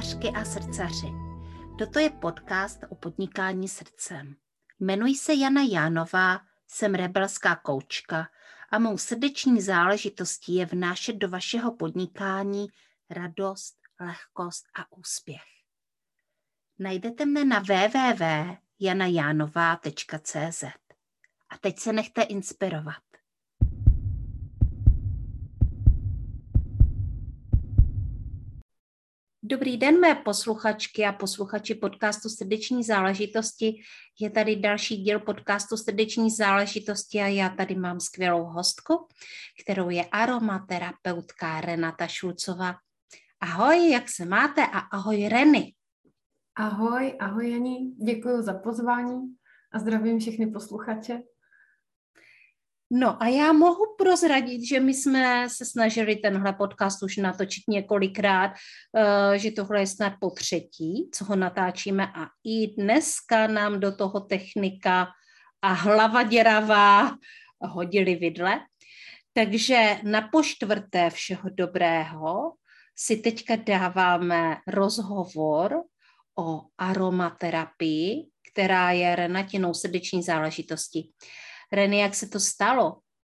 srdcařky a srdcaři. Toto je podcast o podnikání srdcem. Jmenuji se Jana Jánová, jsem rebelská koučka a mou srdeční záležitostí je vnášet do vašeho podnikání radost, lehkost a úspěch. Najdete mne na www.janajanova.cz. A teď se nechte inspirovat. Dobrý den, mé posluchačky a posluchači podcastu Srdeční záležitosti. Je tady další díl podcastu Srdeční záležitosti a já tady mám skvělou hostku, kterou je aromaterapeutka Renata Šulcová. Ahoj, jak se máte a ahoj Reny. Ahoj Jani, děkuji za pozvání a zdravím všechny posluchače. No a já mohu prozradit, že my jsme se snažili tenhle podcast už natočit několikrát, že tohle je snad po třetí, co ho natáčíme a i dneska nám do toho technika a hlava děravá hodili vidle. Takže na počtvrté všeho dobrého si teďka dáváme rozhovor o aromaterapii, která je Renatinou srdeční záležitostí. Reny, jak se to stalo?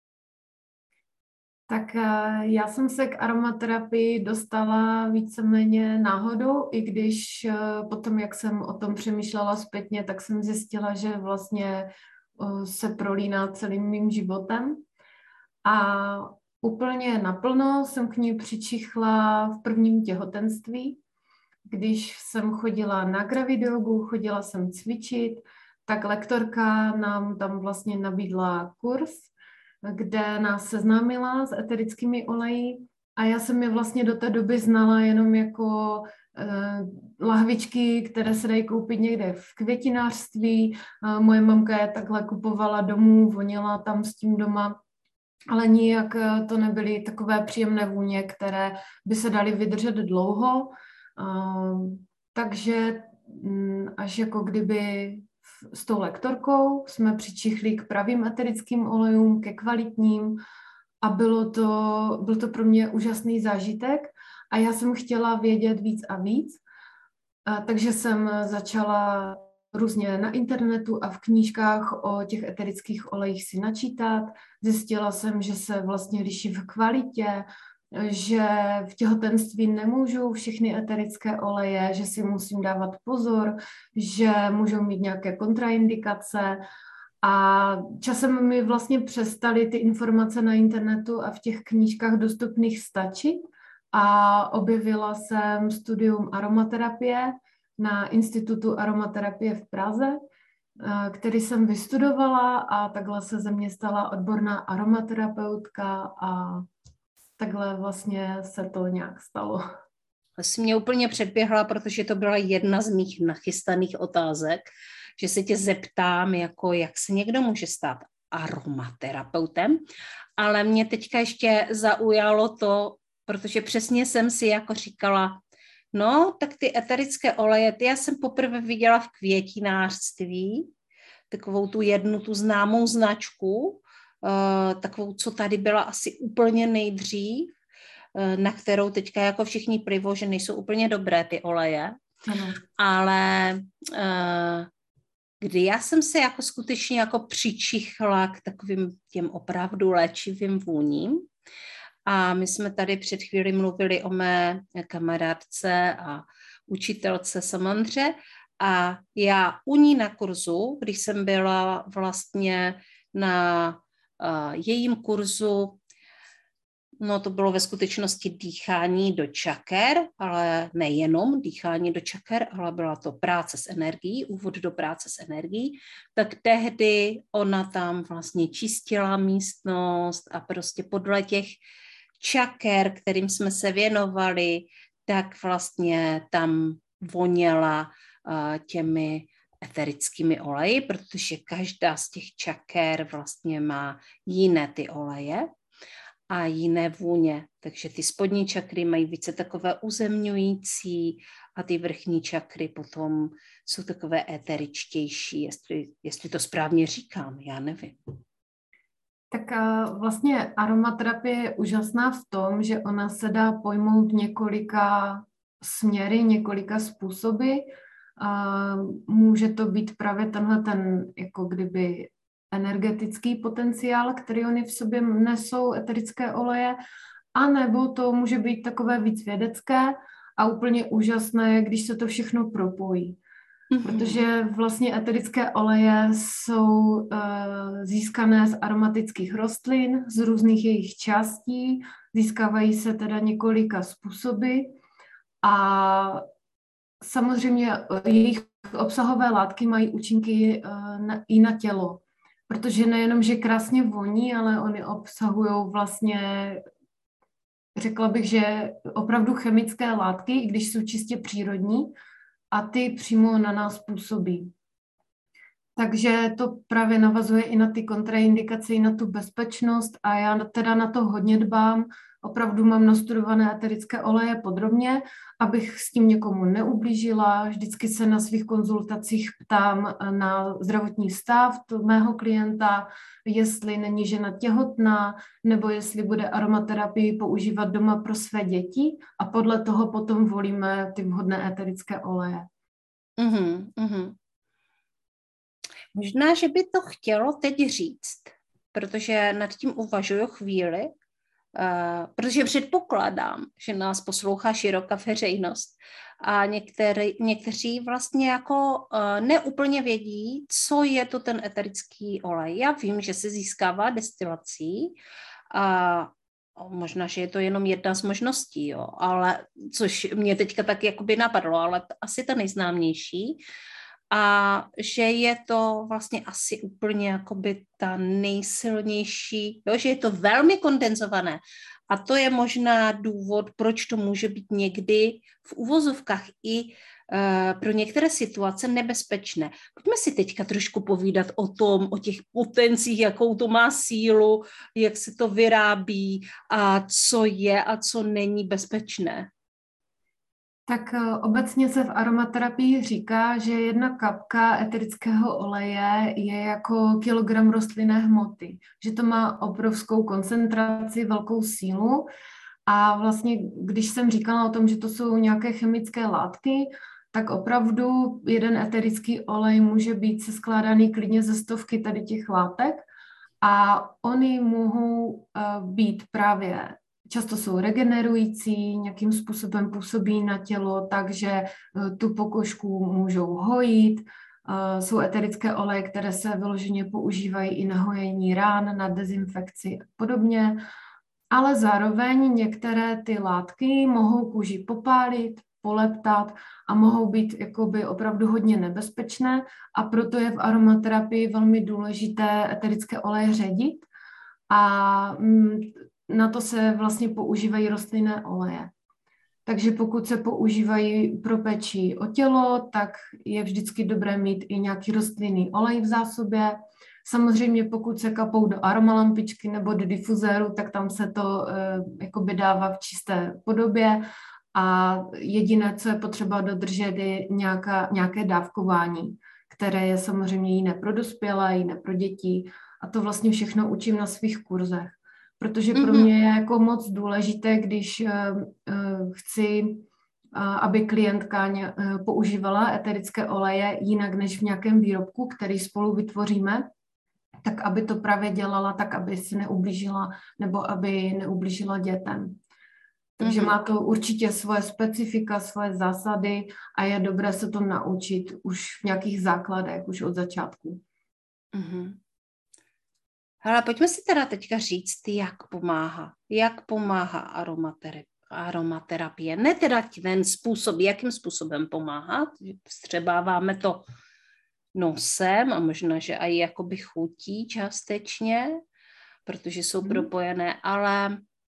Tak já jsem se k aromaterapii dostala víceméně náhodou, i když potom, jak jsem o tom přemýšlela zpětně, tak jsem zjistila, že vlastně se prolíná celým mým životem. A úplně naplno jsem k ní přičichla v prvním těhotenství, když jsem chodila na gravidiologu, chodila jsem cvičit, tak lektorka nám tam vlastně nabídla kurz, kde nás seznámila s eterickými oleji a já jsem je vlastně do té doby znala jenom jako lahvičky, které se dají koupit někde v květinářství. Moje mamka je takhle kupovala domů, voněla tam s tím doma, ale nijak to nebyly takové příjemné vůně, které by se daly vydržet dlouho. Takže až jako kdyby s tou lektorkou jsme přičichli k pravým eterickým olejům, ke kvalitním a byl to pro mě úžasný zážitek a já jsem chtěla vědět víc a víc, takže jsem začala různě na internetu a v knížkách o těch eterických olejích si načítat. Zjistila jsem, že se vlastně liší v kvalitě, že v těhotenství nemůžu všechny eterické oleje, že si musím dávat pozor, že můžou mít nějaké kontraindikace a časem mi vlastně přestaly ty informace na internetu a v těch knížkách dostupných stačit a objevila jsem studium aromaterapie na Institutu aromaterapie v Praze, který jsem vystudovala a takhle se ze mě stala odborná aromaterapeutka a takhle vlastně se to nějak stalo. Jsi mě úplně předběhla, protože to byla jedna z mých nachystaných otázek, že se tě zeptám, jako jak se někdo může stát aromaterapeutem, ale mě teďka ještě zaujalo to, protože přesně jsem si jako říkala, no, tak ty eterické oleje, ty já jsem poprvé viděla v květinářství, takovou tu jednu, tu známou značku, takovou, co tady byla asi úplně nejdřív, na kterou teďka jako všichni plivo, že nejsou úplně dobré ty oleje, ano. Ale kdy já jsem se jako skutečně jako přičichla k takovým těm opravdu léčivým vůním a my jsme tady před chvíli mluvili o mé kamarádce a učitelce Samandře a já u ní na kurzu, když jsem byla vlastně na jejím kurzu, no to bylo ve skutečnosti dýchání do čaker, ale nejenom dýchání do čaker, ale byla to práce s energií, úvod do práce s energií, tak tehdy ona tam vlastně čistila místnost a prostě podle těch čaker, kterým jsme se věnovali, tak vlastně tam voněla těmi eterickými oleji, protože každá z těch čaker vlastně má jiné ty oleje a jiné vůně. Takže ty spodní čakry mají více takové uzemňující a ty vrchní čakry potom jsou takové eteričtější, jestli to správně říkám, já nevím. Tak vlastně aromaterapie je úžasná v tom, že ona se dá pojmout několika směry, několika způsoby. Může to být právě tenhle ten jako kdyby energetický potenciál, který oni v sobě nesou, eterické oleje, anebo to může být takové víc vědecké a úplně úžasné, když se to všechno propojí. Protože vlastně eterické oleje jsou získané z aromatických rostlin, z různých jejich částí, získávají se teda několika způsoby a samozřejmě jejich obsahové látky mají účinky i na tělo, protože nejenom, že krásně voní, ale oni obsahují vlastně, řekla bych, že opravdu chemické látky, i když jsou čistě přírodní, a ty přímo na nás působí. Takže to právě navazuje i na ty kontraindikace, i na tu bezpečnost a já teda na to hodně dbám. Opravdu mám nastudované eterické oleje podrobně, abych s tím někomu neublížila. Vždycky se na svých konzultacích ptám na zdravotní stav mého klienta, jestli není žena těhotná, nebo jestli bude aromaterapii používat doma pro své děti a podle toho potom volíme ty vhodné eterické oleje. Možná, že by to chtělo teď říct, protože nad tím uvažuju chvíli, protože předpokládám, že nás poslouchá široká veřejnost a někteří vlastně jako neúplně vědí, co je to ten eterický olej. Já vím, že se získává destilací a možná, že je to jenom jedna z možností, jo, ale což mě teďka tak jakoby napadlo, ale asi ta nejznámější. A že je to vlastně asi úplně jakoby ta nejsilnější, jo, že je to velmi kondenzované. A to je možná důvod, proč to může být někdy v uvozovkách i pro některé situace nebezpečné. Pojďme si teďka trošku povídat o tom, o těch potencích, jakou to má sílu, jak se to vyrábí a co je a co není bezpečné. Tak obecně se v aromaterapii říká, že 1 kapka eterického oleje je jako kilogram rostlinné hmoty, že to má obrovskou koncentraci, velkou sílu a vlastně, když jsem říkala o tom, že to jsou nějaké chemické látky, tak opravdu 1 eterický olej může být seskládaný klidně ze 100 tady těch látek a oni mohou být právě často jsou regenerující, nějakým způsobem působí na tělo, takže tu pokožku můžou hojit. Jsou eterické oleje, které se vyloženě používají i na hojení rán, na dezinfekci a podobně. Ale zároveň některé ty látky mohou kůži popálit, poleptat a mohou být jakoby opravdu hodně nebezpečné a proto je v aromaterapii velmi důležité eterické oleje ředit a na to se vlastně používají rostlinné oleje. Takže pokud se používají pro péči o tělo, tak je vždycky dobré mít i nějaký rostlinný olej v zásobě. Samozřejmě pokud se kapou do aromalampičky nebo do difuzéru, tak tam se to jakoby dává v čisté podobě a jediné, co je potřeba dodržet, je nějaké dávkování, které je samozřejmě jiné pro dospělé, jiné pro děti a to vlastně všechno učím na svých kurzech. Protože pro mě je jako moc důležité, když chci, aby klientka používala eterické oleje jinak než v nějakém výrobku, který spolu vytvoříme, tak aby to právě dělala tak, aby si neublížila nebo aby neublížila dětem. Takže má to určitě svoje specifika, svoje zásady a je dobré se to naučit už v nějakých základech, už od začátku. Ale pojďme si teda teďka říct, jak pomáhá aromaterapie. Ne teda ten způsob, jakým způsobem pomáhá, vstřebáváme to nosem a možná, že i jakoby chutí částečně, protože jsou propojené, ale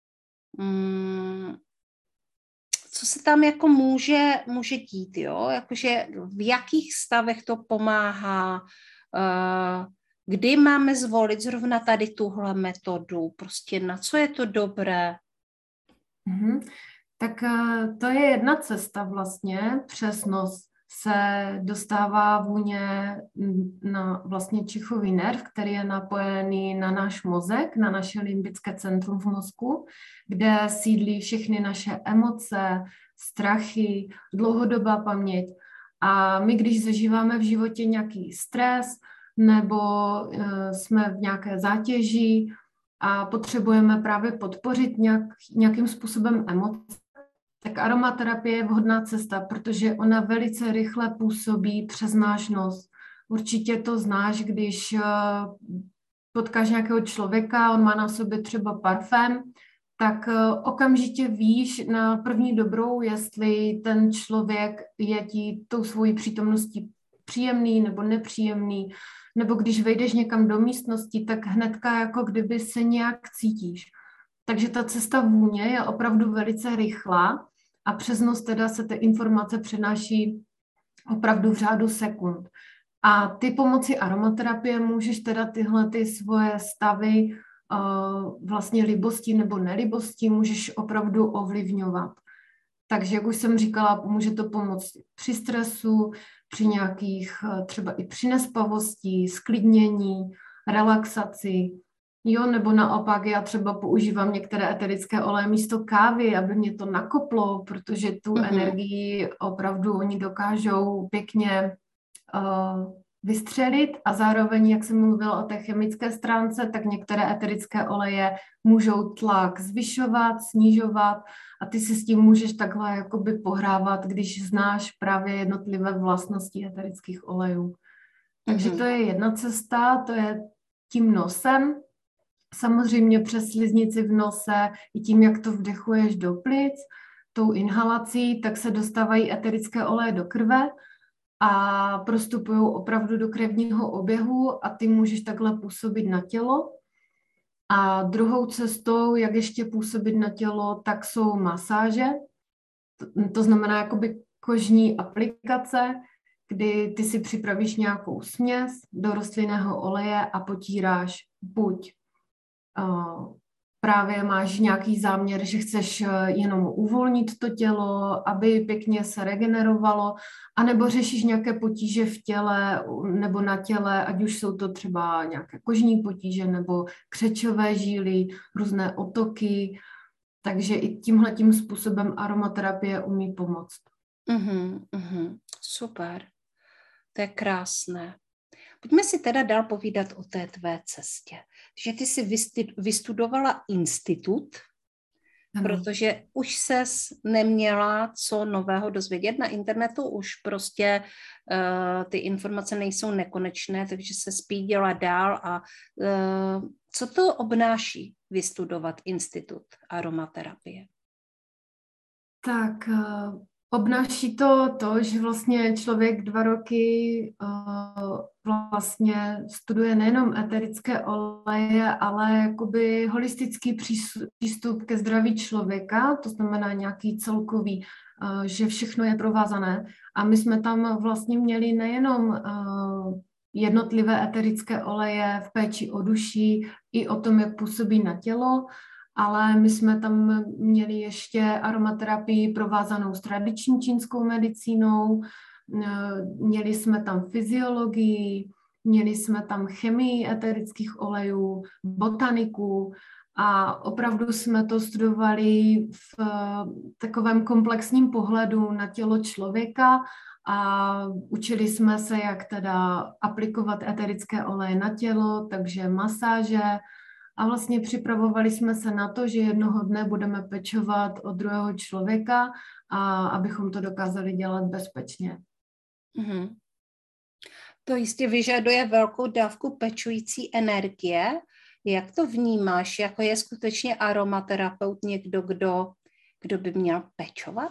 co se tam jako může dít, jo? Jakože v jakých stavech to pomáhá, kdy máme zvolit zrovna tady tuhle metodu, prostě na co je to dobré? Tak to je jedna cesta vlastně přes nos se dostává vůně na vlastně čichový nerv, který je napojený na náš mozek, na naše limbické centrum v mozku, kde sídlí všechny naše emoce, strachy, dlouhodobá paměť. A my, když zažíváme v životě nějaký stres nebo jsme v nějaké zátěži a potřebujeme právě podpořit nějakým způsobem emoce, tak aromaterapie je vhodná cesta, protože ona velice rychle působí přes náš nos. Určitě to znáš, když potkáš nějakého člověka, on má na sobě třeba parfém, tak okamžitě víš na první dobrou, jestli ten člověk je ti tou svojí přítomností příjemný nebo nepříjemný, nebo když vejdeš někam do místnosti, tak hnedka jako kdyby se nějak cítíš. Takže ta cesta vůně je opravdu velice rychlá a přes nos teda se ty informace přenáší opravdu v řádu sekund. A ty pomocí aromaterapie můžeš teda tyhle ty svoje stavy vlastně libosti nebo nelibosti můžeš opravdu ovlivňovat. Takže, jak už jsem říkala, může to pomoct při stresu, při nějakých třeba i při nespavosti, sklidnění, relaxaci. Jo, nebo naopak já třeba používám některé eterické oleje místo kávy, aby mě to nakoplo, protože tu energii opravdu oni dokážou pěkně vystřelit a zároveň, jak jsem mluvila o té chemické stránce, tak některé eterické oleje můžou tlak zvyšovat, snižovat a ty si s tím můžeš takhle jakoby pohrávat, když znáš právě jednotlivé vlastnosti eterických olejů. Takže to je jedna cesta, to je tím nosem, samozřejmě přes sliznici v nose i tím, jak to vdechuješ do plic, tou inhalací, tak se dostávají eterické oleje do krve a prostupují opravdu do krevního oběhu a ty můžeš takhle působit na tělo. A druhou cestou, jak ještě působit na tělo, tak jsou masáže. To znamená jakoby kožní aplikace, kdy ty si připravíš nějakou směs do rostlinného oleje a potíráš buď právě máš nějaký záměr, že chceš jenom uvolnit to tělo, aby pěkně se regenerovalo, anebo řešíš nějaké potíže v těle nebo na těle, ať už jsou to třeba nějaké kožní potíže nebo křečové žíly, různé otoky. Takže i tímhletím způsobem aromaterapie umí pomoct. Super, to je krásné. Pojďme si teda dál povídat o té tvé cestě. Že ty jsi vystudovala institut, protože už ses neměla co nového dozvědět na internetu, už prostě ty informace nejsou nekonečné, takže se spídila dál. A co to obnáší vystudovat institut aromaterapie? Tak obnáší to, že vlastně člověk 2 roky vlastně studuje nejenom eterické oleje, ale jakoby holistický přístup ke zdraví člověka, to znamená nějaký celkový, že všechno je provázané. A my jsme tam vlastně měli nejenom jednotlivé eterické oleje v péči o duši, i o tom, jak působí na tělo, ale my jsme tam měli ještě aromaterapii provázanou s tradiční čínskou medicínou, měli jsme tam fyziologii, měli jsme tam chemii eterických olejů, botaniku a opravdu jsme to studovali v takovém komplexním pohledu na tělo člověka a učili jsme se, jak teda aplikovat eterické oleje na tělo, takže masáže, a vlastně připravovali jsme se na to, že jednoho dne budeme pečovat o druhého člověka a abychom to dokázali dělat bezpečně. To jistě vyžaduje velkou dávku pečující energie. Jak to vnímáš? Jako je skutečně aromaterapeut někdo, kdo by měl pečovat?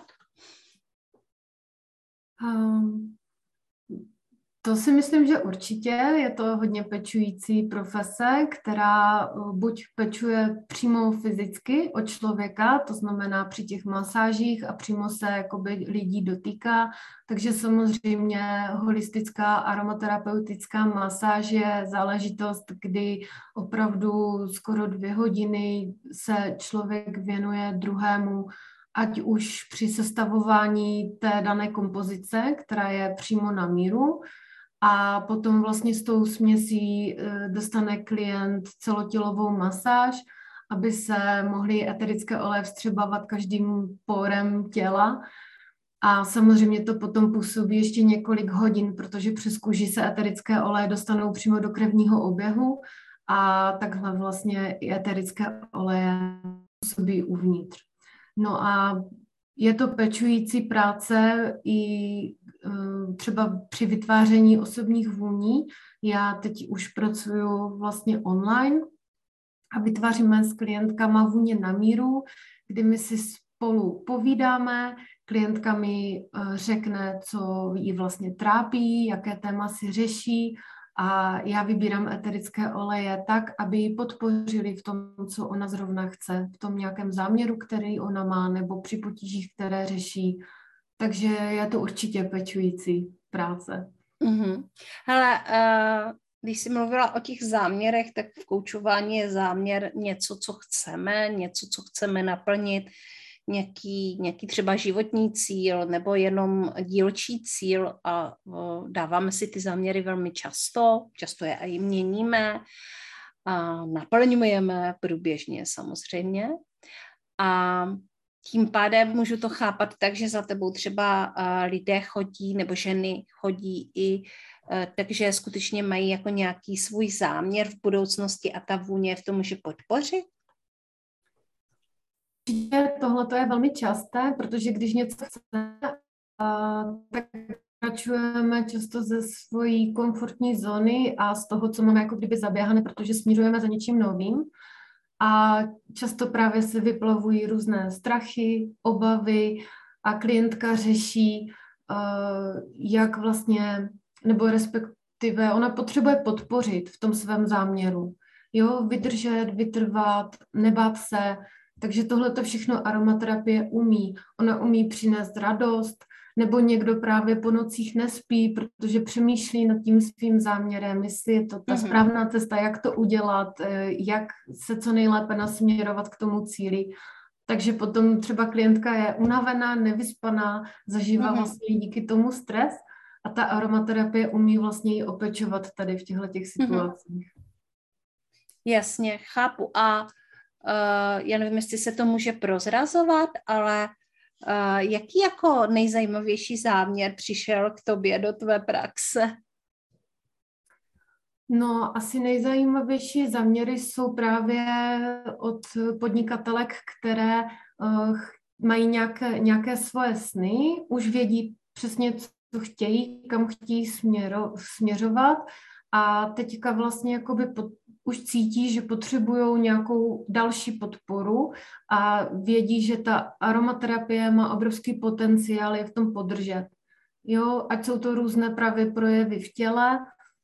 To si myslím, že určitě je to hodně pečující profese, která buď pečuje přímo fyzicky od člověka, to znamená při těch masážích a přímo se jakoby lidí dotýká, takže samozřejmě holistická aromaterapeutická masáž je záležitost, kdy opravdu skoro 2 hodiny se člověk věnuje druhému ať už při sestavování té dané kompozice, která je přímo na míru, a potom vlastně s tou směsí dostane klient celotělovou masáž, aby se mohly eterické oleje vstřebávat každým pórem těla. A samozřejmě to potom působí ještě několik hodin, protože přes kůži se eterické oleje dostanou přímo do krevního oběhu a takhle vlastně i eterické oleje působí uvnitř. No a je to pečující práce i třeba při vytváření osobních vůní. Já teď už pracuji vlastně online a vytváříme s klientkama vůně na míru, kdy my si spolu povídáme, klientka mi řekne, co ji vlastně trápí, jaké téma si řeší a já vybírám eterické oleje tak, aby ji podpořili v tom, co ona zrovna chce, v tom nějakém záměru, který ona má, nebo při potížích, které řeší. Takže je to určitě pečující práce. Mm-hmm. Hele, když jsi mluvila o těch záměrech, tak v koučování je záměr něco, co chceme, něco, co chceme naplnit, nějaký třeba životní cíl nebo jenom dílčí cíl a dáváme si ty záměry velmi často je i měníme a naplňujeme průběžně samozřejmě a tím pádem můžu to chápat tak, že za tebou třeba lidé chodí nebo ženy chodí i takže skutečně mají jako nějaký svůj záměr v budoucnosti a ta vůně v tom může podpořit? Tohle je velmi časté, protože když něco chceme, tak pokračujeme často ze svojí komfortní zóny a z toho, co máme jako kdyby zaběhané, protože směřujeme za něčím novým. A často právě se vyplavují různé strachy, obavy a klientka řeší, jak vlastně, nebo respektive ona potřebuje podpořit v tom svém záměru. Jo, vydržet, vytrvat, nebát se. Takže tohle to všechno aromaterapie umí. Ona umí přinést radost, nebo někdo právě po nocích nespí, protože přemýšlí nad tím svým záměrem, jestli je to ta správná cesta, jak to udělat, jak se co nejlépe nasměrovat k tomu cíli. Takže potom třeba klientka je unavená, nevyspaná, zažívá vlastně díky tomu stres a ta aromaterapie umí vlastně ji opečovat tady v těchto situacích. Jasně, chápu. A já nevím, jestli se to může prozrazovat, ale jaký jako nejzajímavější záměr přišel k tobě do tvé praxe? No, asi nejzajímavější záměry jsou právě od podnikatelek, které mají nějaké svoje sny, už vědí přesně, co chtějí, kam chtějí směřovat a teďka vlastně jakoby už cítí, že potřebují nějakou další podporu a vědí, že ta aromaterapie má obrovský potenciál je v tom podržet. Jo, ať jsou to různé právě projevy v těle,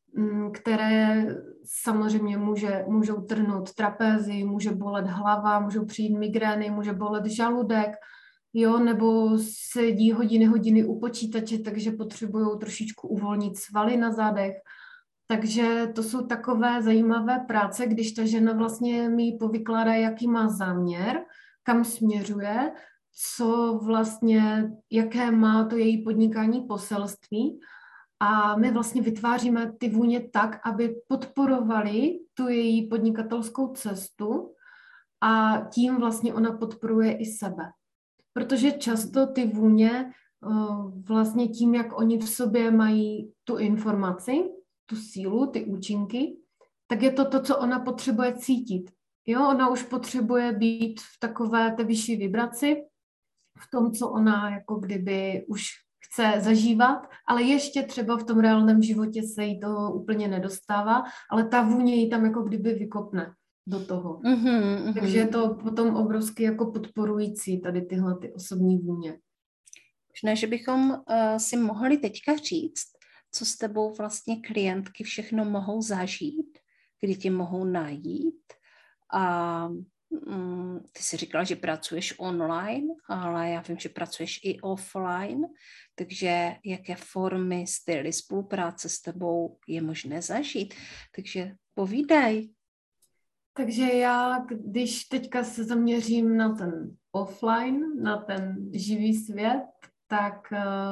které samozřejmě můžou trhnout trapézy, může bolet hlava, můžou přijít migrény, může bolet žaludek, jo, nebo sedí hodiny u počítače, takže potřebují trošičku uvolnit svaly na zádech. Takže to jsou takové zajímavé práce, když ta žena vlastně mi povykládá, jaký má záměr, kam směřuje, co vlastně, jaké má to její podnikání poselství. A my vlastně vytváříme ty vůně tak, aby podporovali tu její podnikatelskou cestu a tím vlastně ona podporuje i sebe. Protože často ty vůně vlastně tím, jak oni v sobě mají tu informaci, tu sílu, ty účinky, tak je to, co ona potřebuje cítit. Jo, ona už potřebuje být v takové té vyšší vibraci, v tom, co ona jako kdyby už chce zažívat, ale ještě třeba v tom reálném životě se jí to úplně nedostává, ale ta vůně ji tam jako kdyby vykopne do toho. Takže je to potom obrovsky jako podporující tady tyhle ty osobní vůně. Možná, že bychom si mohli teďka říct, co s tebou vlastně klientky všechno mohou zažít, kdy tě mohou najít. A ty jsi říkala, že pracuješ online, ale já vím, že pracuješ i offline, takže jaké formy, styly spolupráce s tebou je možné zažít. Takže povídej. Takže já, když teďka se zaměřím na ten offline na ten živý svět, tak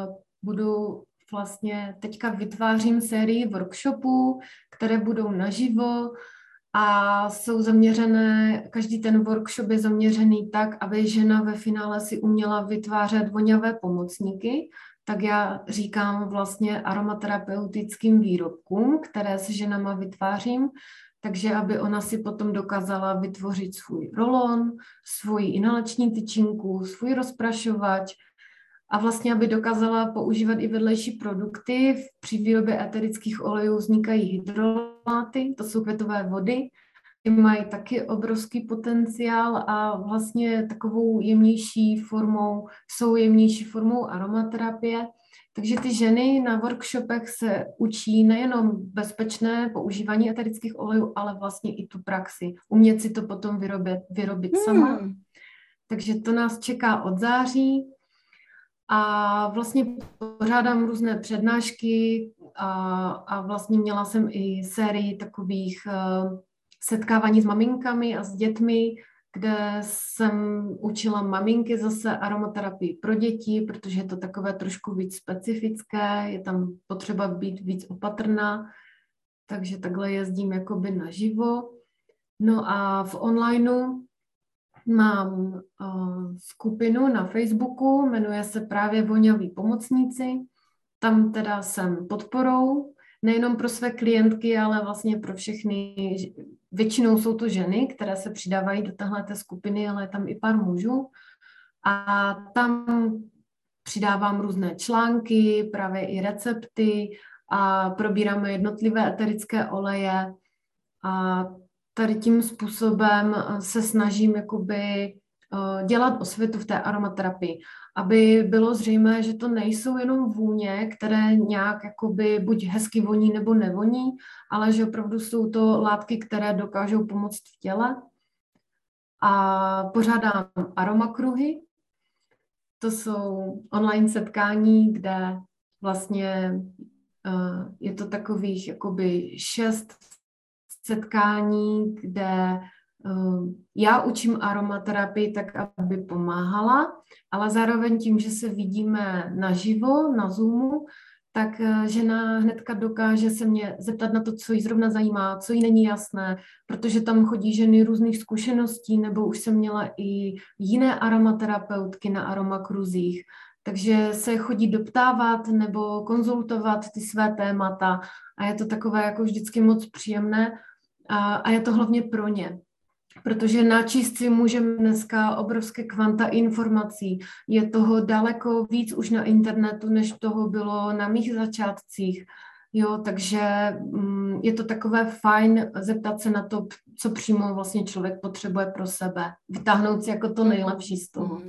teďka vytvářím sérii workshopů, které budou naživo a jsou zaměřené, každý ten workshop je zaměřený tak, aby žena ve finále si uměla vytvářet voňavé pomocníky, tak já říkám vlastně aromaterapeutickým výrobkům, které s ženama vytvářím, takže aby ona si potom dokázala vytvořit svůj rolon, svoji inhalační tyčinku, svůj rozprašovač a vlastně, aby dokázala používat i vedlejší produkty. Při výrobě eterických olejů vznikají hydroláty, to jsou květové vody, ty mají taky obrovský potenciál a vlastně takovou jsou jemnější formou aromaterapie. Takže ty ženy na workshopech se učí nejenom bezpečné používání eterických olejů, ale vlastně i tu praxi. Umět si to potom vyrobit sama. Takže to nás čeká od září. A vlastně pořádám různé přednášky a vlastně měla jsem i sérii takových setkávání s maminkami a s dětmi, kde jsem učila maminky zase aromaterapii pro děti, protože je to takové trošku víc specifické, je tam potřeba být víc opatrná, takže takhle jezdím jakoby naživo. No a v onlineu mám skupinu na Facebooku, jmenuje se právě Voňaví pomocníci. Tam teda jsem podporou, nejenom pro své klientky, ale vlastně pro všechny. Většinou jsou to ženy, které se přidávají do téhleté skupiny, ale je tam i pár mužů. A tam přidávám různé články, právě i recepty a probíráme jednotlivé eterické oleje. A tady tím způsobem se snažím jakoby dělat osvětu v té aromaterapii, aby bylo zřejmé, že to nejsou jenom vůně, které nějak jakoby buď hezky voní nebo nevoní, ale že opravdu jsou to látky, které dokážou pomoct v těle. A pořádám aromakruhy. To jsou online setkání, kde vlastně je to takových jakoby 6 setkání, kde já učím aromaterapii tak, aby pomáhala, ale zároveň tím, že se vidíme naživo, na Zoomu, tak žena hnedka dokáže se mě zeptat na to, co jí zrovna zajímá, co jí není jasné, protože tam chodí ženy různých zkušeností, nebo už jsem měla i jiné aromaterapeutky na aromakruzích, takže se chodí doptávat nebo konzultovat ty své témata a je to takové jako vždycky moc příjemné a je to hlavně pro ně. Protože načíst si můžeme dneska obrovské kvanta informací. Je toho daleko víc už na internetu, než toho bylo na mých začátcích. Jo, takže je to takové fajn zeptat se na to, co přímo vlastně člověk potřebuje pro sebe. Vytáhnout si jako to nejlepší z toho.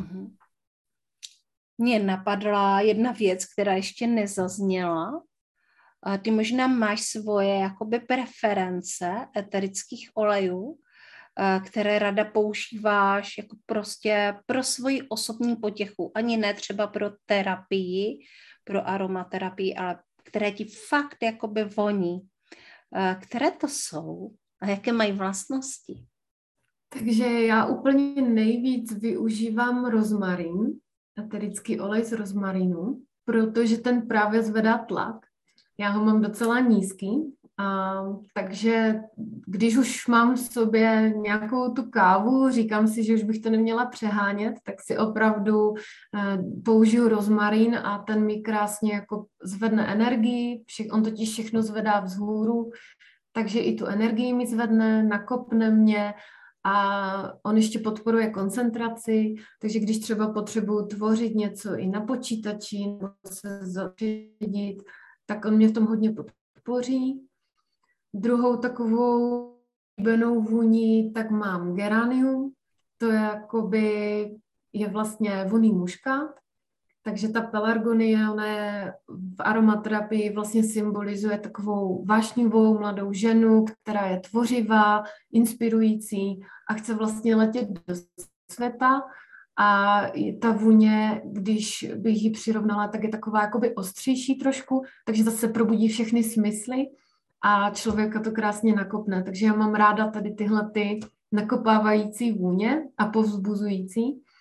Mně napadla jedna věc, která ještě nezazněla. Ty možná máš svoje jakoby preference eterických olejů, které rada používáš jako prostě pro svoji osobní potěchu. Ani ne třeba pro terapii, pro aromaterapii, ale které ti fakt jakoby voní. Které to jsou a jaké mají vlastnosti? Takže já úplně nejvíc využívám rozmarín, eterický olej z rozmarínu, protože ten právě zvedá tlak. Já ho mám docela nízký, takže když už mám v sobě nějakou tu kávu, říkám si, že už bych to neměla přehánět, tak si opravdu použiju rozmarín a ten mi krásně jako zvedne energii, on totiž všechno zvedá vzhůru, takže i tu energii mi zvedne, nakopne mě a on ještě podporuje koncentraci, takže když třeba potřebuji tvořit něco i na počítači nebo se zařídit, tak on mě v tom hodně podpoří. Druhou takovou oblíbenou vůni, tak mám geranium, to je vlastně vonný muškát, takže ta pelargonie, ona je v aromaterapii vlastně symbolizuje takovou vášnivou mladou ženu, která je tvořivá, inspirující a chce vlastně letět do světa. A ta vůně, když bych ji přirovnala, tak je taková jakoby ostřejší trošku, takže zase probudí všechny smysly a člověka to krásně nakopne. Takže já mám ráda tady tyhle ty nakopávající vůně a povzbuzující.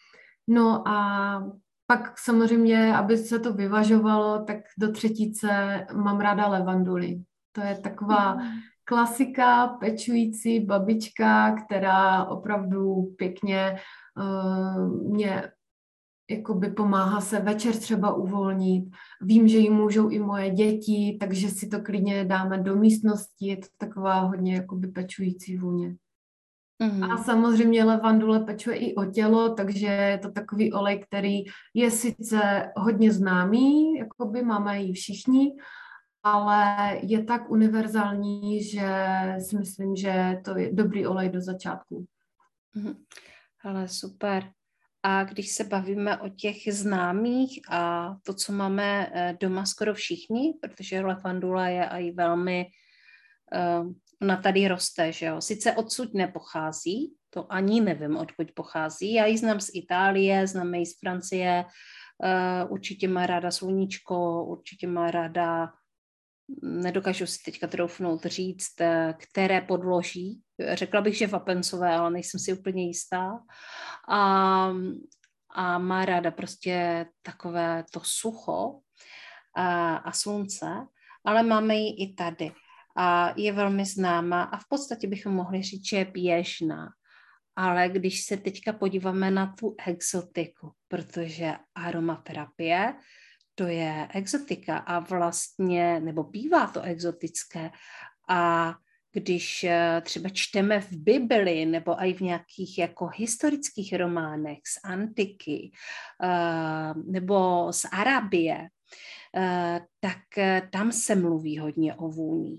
No a pak samozřejmě, aby se to vyvažovalo, tak do třetice mám ráda levanduli. To je taková klasika, pečující babička, která opravdu pěkně mě jakoby pomáhá se večer třeba uvolnit. Vím, že ji můžou i moje děti, takže si to klidně dáme do místnosti. Je to taková hodně jakoby pečující vůně. A samozřejmě levandule pečuje i o tělo, takže je to takový olej, který je sice hodně známý, jakoby máme ji všichni, ale je tak univerzální, že si myslím, že to je dobrý olej do začátku. Ale super. A když se bavíme o těch známých a to, co máme doma skoro všichni, protože levandula je i velmi, ona tady roste, že jo. Sice odsud nepochází, to ani nevím, odkud pochází. Já ji znám z Itálie, známe ji z Francie, určitě má ráda sluníčko, určitě má ráda, nedokážu si teďka troufnout říct, které podloží. Řekla bych, že vapencové, ale nejsem si úplně jistá. A má ráda prostě takové to sucho a slunce, ale máme ji i tady. A je velmi známá a v podstatě bychom mohli říct, že je běžná. Ale když se teďka podíváme na tu exotiku, protože aromaterapie, to je exotika a vlastně, nebo bývá to exotické a když třeba čteme v Bibli nebo i v nějakých jako historických románech z antiky nebo z Arábie, tak tam se mluví hodně o vůních.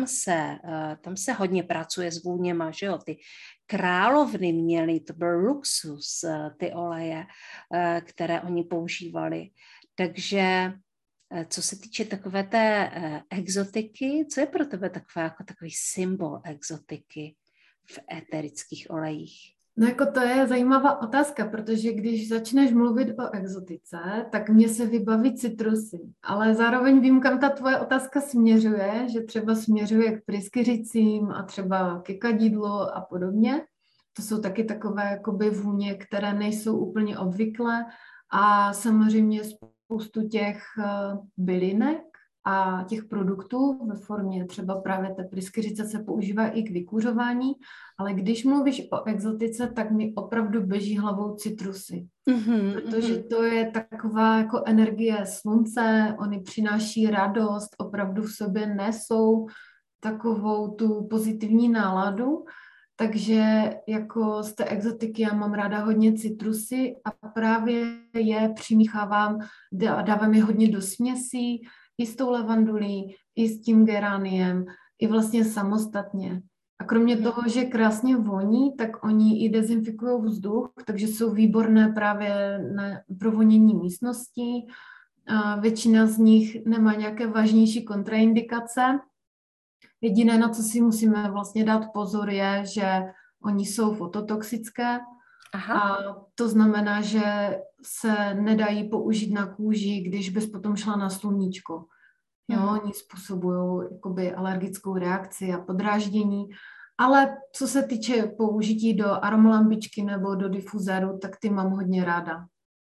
Tam se hodně pracuje s vůněma, že jo, ty královny měly, to byl luxus, ty oleje, které oni používali. Takže co se týče takové té exotiky, co je pro tebe takový symbol exotiky v eterických olejích? No jako to je zajímavá otázka, protože když začneš mluvit o exotice, tak mně se vybaví citrusy, ale zároveň vím, kam ta tvoje otázka směřuje, že třeba směřuje k pryskyřicím a třeba ke kadidlu a podobně. To jsou taky takové jakoby vůně, které nejsou úplně obvyklé a samozřejmě spoustu těch bylinek a těch produktů ve formě třeba právě té pryskyřice se používá i k vykuřování, ale když mluvíš o exotice, tak mi opravdu běží hlavou citrusy. Protože to je taková jako energie slunce, oni přináší radost, opravdu v sobě nesou takovou tu pozitivní náladu. Takže jako z té exotiky já mám ráda hodně citrusy a právě je přimíchávám, dávám je hodně do směsí, i s tou levandulí, i s tím geraniem, i vlastně samostatně. A kromě toho, že krásně voní, tak oni i dezinfikují vzduch, takže jsou výborné právě na provonění místností. A většina z nich nemá nějaké vážnější kontraindikace. Jediné, na co si musíme vlastně dát pozor, je, že oni jsou fototoxické. Aha. A to znamená, že se nedají použít na kůži, když bys potom šla na sluníčko. Jo, oni způsobují jakoby alergickou reakci a podráždění. Ale co se týče použití do aromalampičky nebo do difuzéru, tak ty mám hodně ráda.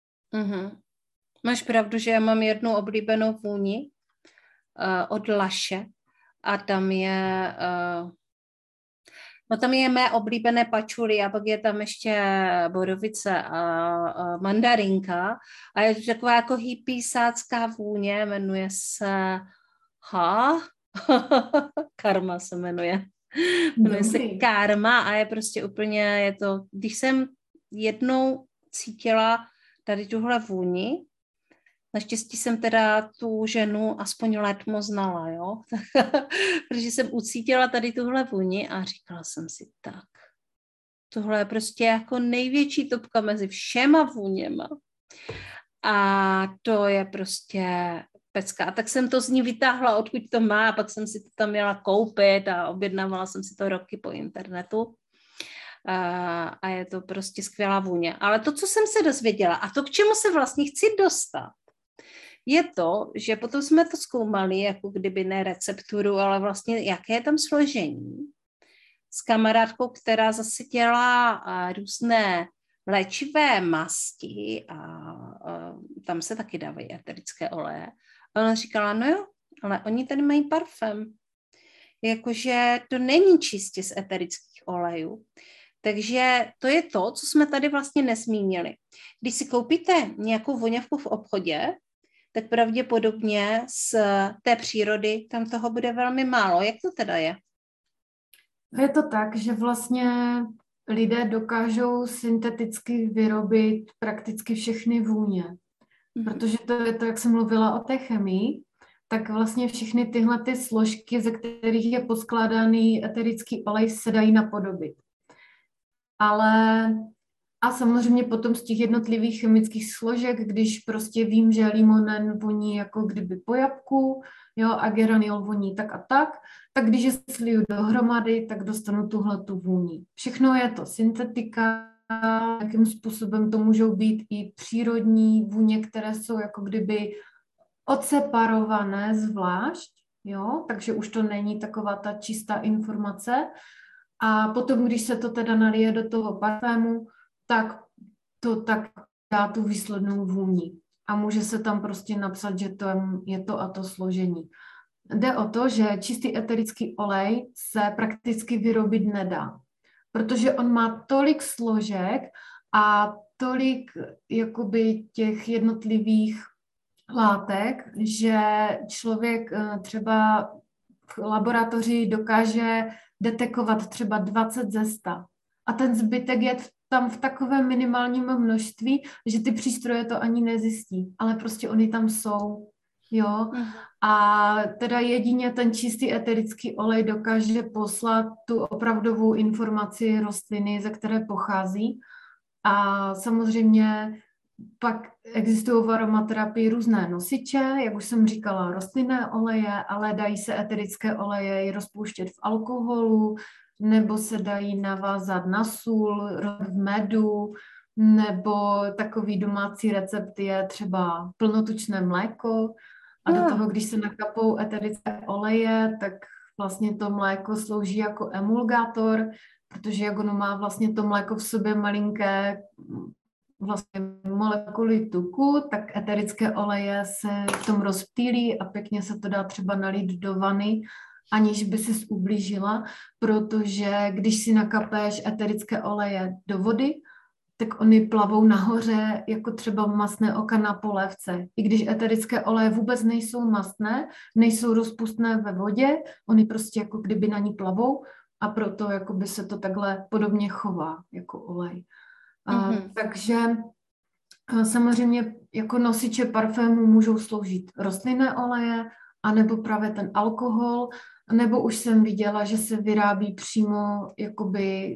Máš pravdu, že já mám jednu oblíbenou vůni od Laše a tam je... No tam je mé oblíbené pačuli a pak je tam ještě borovice a mandarinka a je to taková jako hippiesácká vůně, jmenuje se Karma se jmenuje. Jmenuje se Karma a je prostě úplně, je to, když jsem jednou cítila tady tuhle vůni, naštěstí jsem teda tu ženu aspoň letmo znala, jo, protože jsem ucítila tady tuhle vůni a říkala jsem si tak, tohle je prostě jako největší topka mezi všema vůněma a to je prostě pecka. A tak jsem to z ní vytáhla, odkud to má, a pak jsem si to tam měla koupit a objednávala jsem si to roky po internetu. A je to prostě skvělá vůně. Ale to, co jsem se dozvěděla a to, k čemu se vlastně chci dostat, je to, že potom jsme to zkoumali, jako kdyby ne recepturu, ale vlastně jaké je tam složení. S kamarádkou, která zase dělá různé léčivé masti a tam se taky dávají eterické oleje. A ona říkala, no jo, ale oni tady mají parfém. Jakože to není čistě z eterických olejů. Takže to je to, co jsme tady vlastně nezmínili. Když si koupíte nějakou voňavku v obchodě, tak pravděpodobně z té přírody tam toho bude velmi málo. Jak to teda je? Je to tak, že vlastně lidé dokážou synteticky vyrobit prakticky všechny vůně. Protože to je to, jak jsem mluvila o té chemii, tak vlastně všechny tyhle ty složky, ze kterých je poskládaný eterický olej, se dají napodobit. Ale a samozřejmě potom z těch jednotlivých chemických složek, když prostě vím, že limonen voní jako kdyby po jabku, jo, a geraniol voní tak když je sliju dohromady, tak dostanu tuhletu vůni. Všechno je to syntetika, jakým způsobem to můžou být i přírodní vůně, které jsou jako kdyby odseparované zvlášť, jo, takže už to není taková ta čistá informace. A potom, když se to teda nalije do toho parfému, tak to tak dá tu výslednou vůni. A může se tam prostě napsat, že to je to a to složení. Jde o to, že čistý eterický olej se prakticky vyrobit nedá, protože on má tolik složek a tolik jakoby těch jednotlivých látek, že člověk třeba v laboratoři dokáže detekovat třeba 20 ze 100. A ten zbytek je tam v takovém minimálním množství, že ty přístroje to ani nezjistí, ale prostě oni tam jsou. Jo? A teda jedině ten čistý eterický olej dokáže poslat tu opravdovou informaci rostliny, ze které pochází. A samozřejmě pak existují v aromaterapii různé nosiče, jak už jsem říkala, rostlinné oleje, ale dají se eterické oleje i rozpouštět v alkoholu, nebo se dají navázat na sůl, v medu, nebo takový domácí recept je třeba plnotučné mléko. A do toho, když se nakapou eterické oleje, tak vlastně to mléko slouží jako emulgátor, protože jak ono má vlastně to mléko v sobě malinké vlastně molekuly tuku, tak eterické oleje se v tom rozptýlí a pěkně se to dá třeba nalít do vany, aniž by si ublížila, protože když si nakapeš eterické oleje do vody, tak oni plavou nahoře jako třeba mastné oka na polévce. I když eterické oleje vůbec nejsou mastné, nejsou rozpustné ve vodě, oni prostě jako kdyby na ní plavou a proto jakoby se to takhle podobně chová jako olej. Takže samozřejmě jako nosiče parfému můžou sloužit rostlinné oleje, anebo právě ten alkohol, nebo už jsem viděla, že se vyrábí přímo jakoby,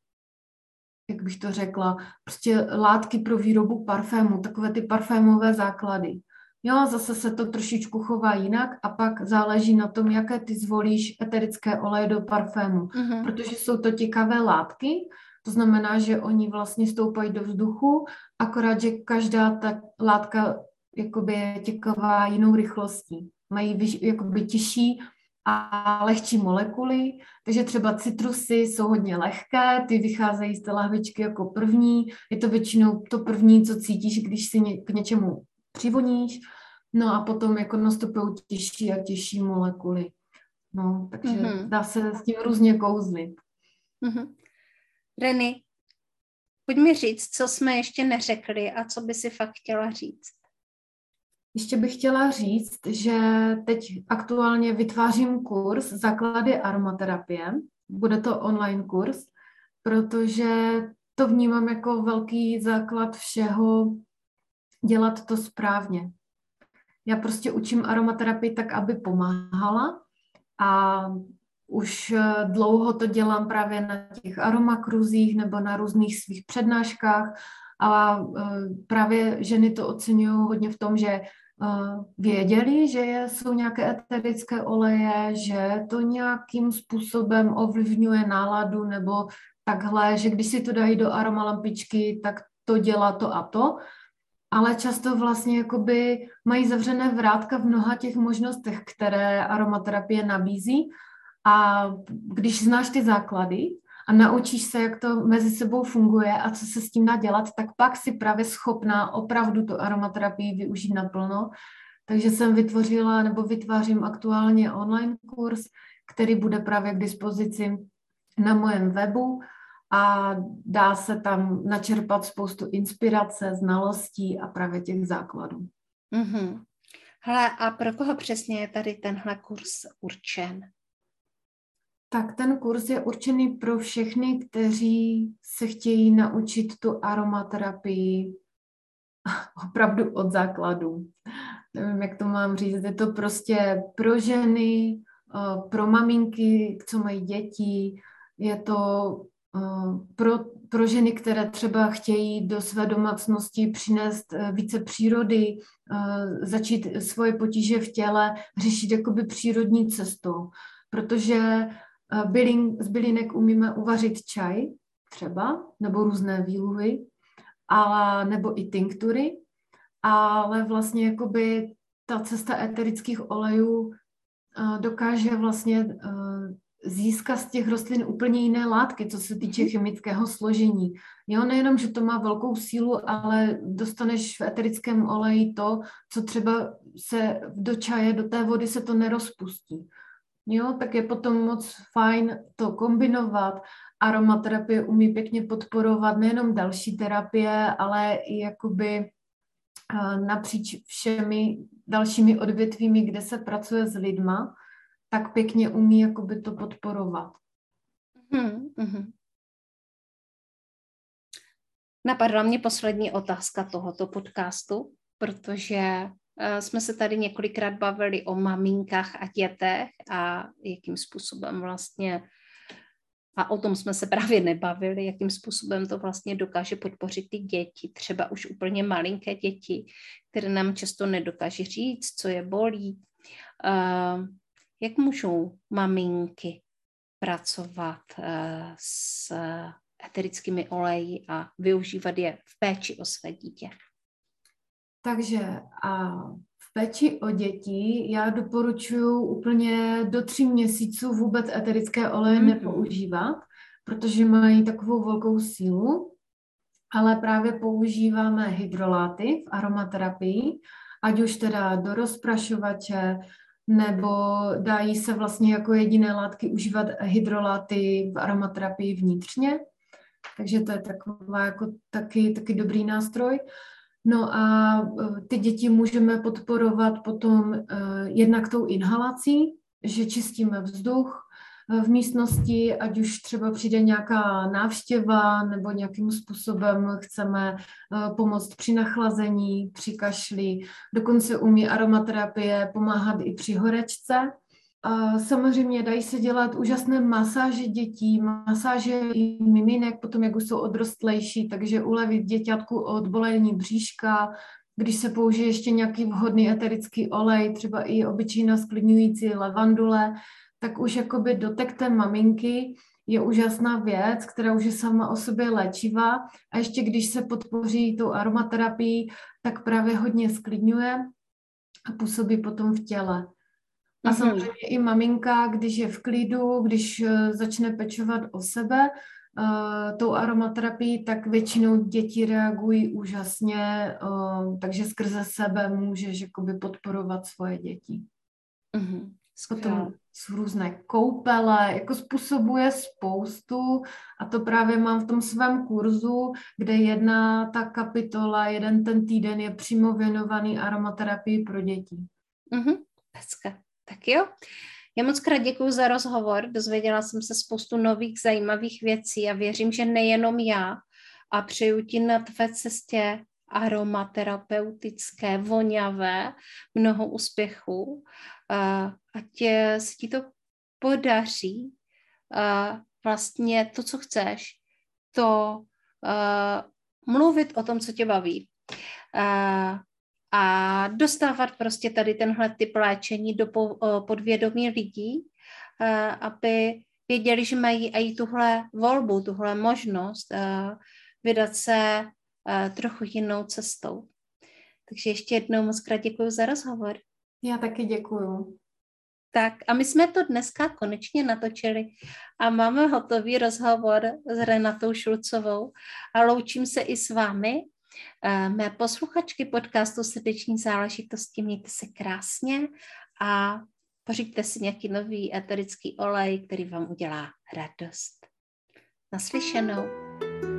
jak bych to řekla, prostě látky pro výrobu parfému, takové ty parfémové základy. Jo, zase se to trošičku chová jinak a pak záleží na tom, jaké ty zvolíš eterické oleje do parfému, protože jsou to těkavé látky, to znamená, že oni vlastně stoupají do vzduchu, akorát, že každá ta látka jakoby je těkavá jinou rychlostí. Mají jakoby těžší a lehčí molekuly, takže třeba citrusy jsou hodně lehké, ty vycházejí z té lahvičky jako první, je to většinou to první, co cítíš, když si k něčemu přivoníš, no a potom jako nastupují těžší a těžší molekuly. No, takže dá se s tím různě kouzlit. Reny, pojď mi říct, co jsme ještě neřekli a co by si fakt chtěla říct. Ještě bych chtěla říct, že teď aktuálně vytvářím kurz Základy aromaterapie. Bude to online kurz, protože to vnímám jako velký základ všeho, dělat to správně. Já prostě učím aromaterapii tak, aby pomáhala a už dlouho to dělám právě na těch aromakruzích nebo na různých svých přednáškách a právě ženy to oceňují hodně v tom, že věděli, že jsou nějaké eterické oleje, že to nějakým způsobem ovlivňuje náladu nebo takhle, že když si to dají do aromalampičky, tak to dělá to a to. Ale často vlastně jakoby mají zavřené vrátka v mnoha těch možnostech, které aromaterapie nabízí. A když znáš ty základy a naučíš se, jak to mezi sebou funguje a co se s tím dá dělat, tak pak si právě schopná opravdu tu aromaterapii využít naplno. Takže jsem vytvořila nebo vytvářím aktuálně online kurz, který bude právě k dispozici na mém webu a dá se tam načerpat spoustu inspirace, znalostí a právě těch základů. Mm-hmm. Hele, a pro koho přesně je tady tenhle kurz určen? Tak ten kurz je určený pro všechny, kteří se chtějí naučit tu aromaterapii opravdu od základu. Nevím, jak to mám říct. Je to prostě pro ženy, pro maminky, co mají děti. Je to pro ženy, které třeba chtějí do své domácnosti přinést více přírody, začít svoje potíže v těle řešit jakoby přírodní cestou. Protože z bylinek umíme uvařit čaj třeba, nebo různé výluhy, nebo i tinktury, ale vlastně jakoby ta cesta eterických olejů dokáže vlastně získat z těch rostlin úplně jiné látky, co se týče chemického složení. Jo, nejenom, že to má velkou sílu, ale dostaneš v eterickém oleji to, co třeba se do čaje, do té vody se to nerozpustí. Jo, tak je potom moc fajn to kombinovat. Aromaterapie umí pěkně podporovat nejenom další terapie, ale i jakoby napříč všemi dalšími odvětvími, kde se pracuje s lidma, tak pěkně umí jakoby to podporovat. Mm-hmm. Napadla mě poslední otázka tohoto podcastu, protože jsme se tady několikrát bavili o maminkách a dětech a jakým způsobem vlastně, a o tom jsme se právě nebavili, jakým způsobem to vlastně dokáže podpořit ty děti, třeba už úplně malinké děti, které nám často nedokáží říct, co je bolí. Jak můžou maminky pracovat s eterickými oleji a využívat je v péči o své dítě? Takže v péči o děti já doporučuji úplně do 3 měsíců vůbec eterické oleje nepoužívat, protože mají takovou velkou sílu, ale právě používáme hydroláty v aromaterapii, ať už teda do rozprašovače, nebo dají se vlastně jako jediné látky užívat hydroláty v aromaterapii vnitřně, takže to je taková jako taky dobrý nástroj. No a ty děti můžeme podporovat potom jednak tou inhalací, že čistíme vzduch v místnosti, ať už třeba přijde nějaká návštěva nebo nějakým způsobem chceme pomoct při nachlazení, při kašli. Dokonce umí aromaterapie pomáhat i při horečce. Samozřejmě dají se dělat úžasné masáže dětí, masáže i miminek, potom jak už jsou odrostlejší, takže ulevit děťatku od bolení bříška, když se použije ještě nějaký vhodný eterický olej, třeba i obyčejná sklidňující levandule, tak už jakoby dotek té maminky je úžasná věc, která už je sama o sobě léčivá a ještě když se podpoří tou aromaterapií, tak právě hodně sklidňuje a působí potom v těle. A samozřejmě i maminka, když je v klidu, když začne pečovat o sebe tou aromaterapii, tak většinou děti reagují úžasně, takže skrze sebe můžeš jakoby podporovat svoje děti. Potom jsou různé koupele, jako způsobuje spoustu a to právě mám v tom svém kurzu, kde jedna ta kapitola, jeden ten týden je přímo věnovaný aromaterapii pro děti. Pecka. Tak jo, já moc krát děkuju za rozhovor, dozvěděla jsem se spoustu nových zajímavých věcí a věřím, že nejenom já a přeju ti na tvé cestě aromaterapeutické, voňavé, mnoho úspěchů, ať se ti to podaří, vlastně to, co chceš, to mluvit o tom, co tě baví. A dostávat prostě tady tenhle typ léčení do podvědomí lidí, aby věděli, že mají i tuhle volbu, tuhle možnost vydat se trochu jinou cestou. Takže ještě jednou moc krát děkuju za rozhovor. Já taky děkuju. Tak a my jsme to dneska konečně natočili a máme hotový rozhovor s Renatou Šulcovou a loučím se i s vámi. Mé posluchačky podcastu Srdeční záležitosti, mějte se krásně a pořiďte si nějaký nový eterický olej, který vám udělá radost. Naslyšenou.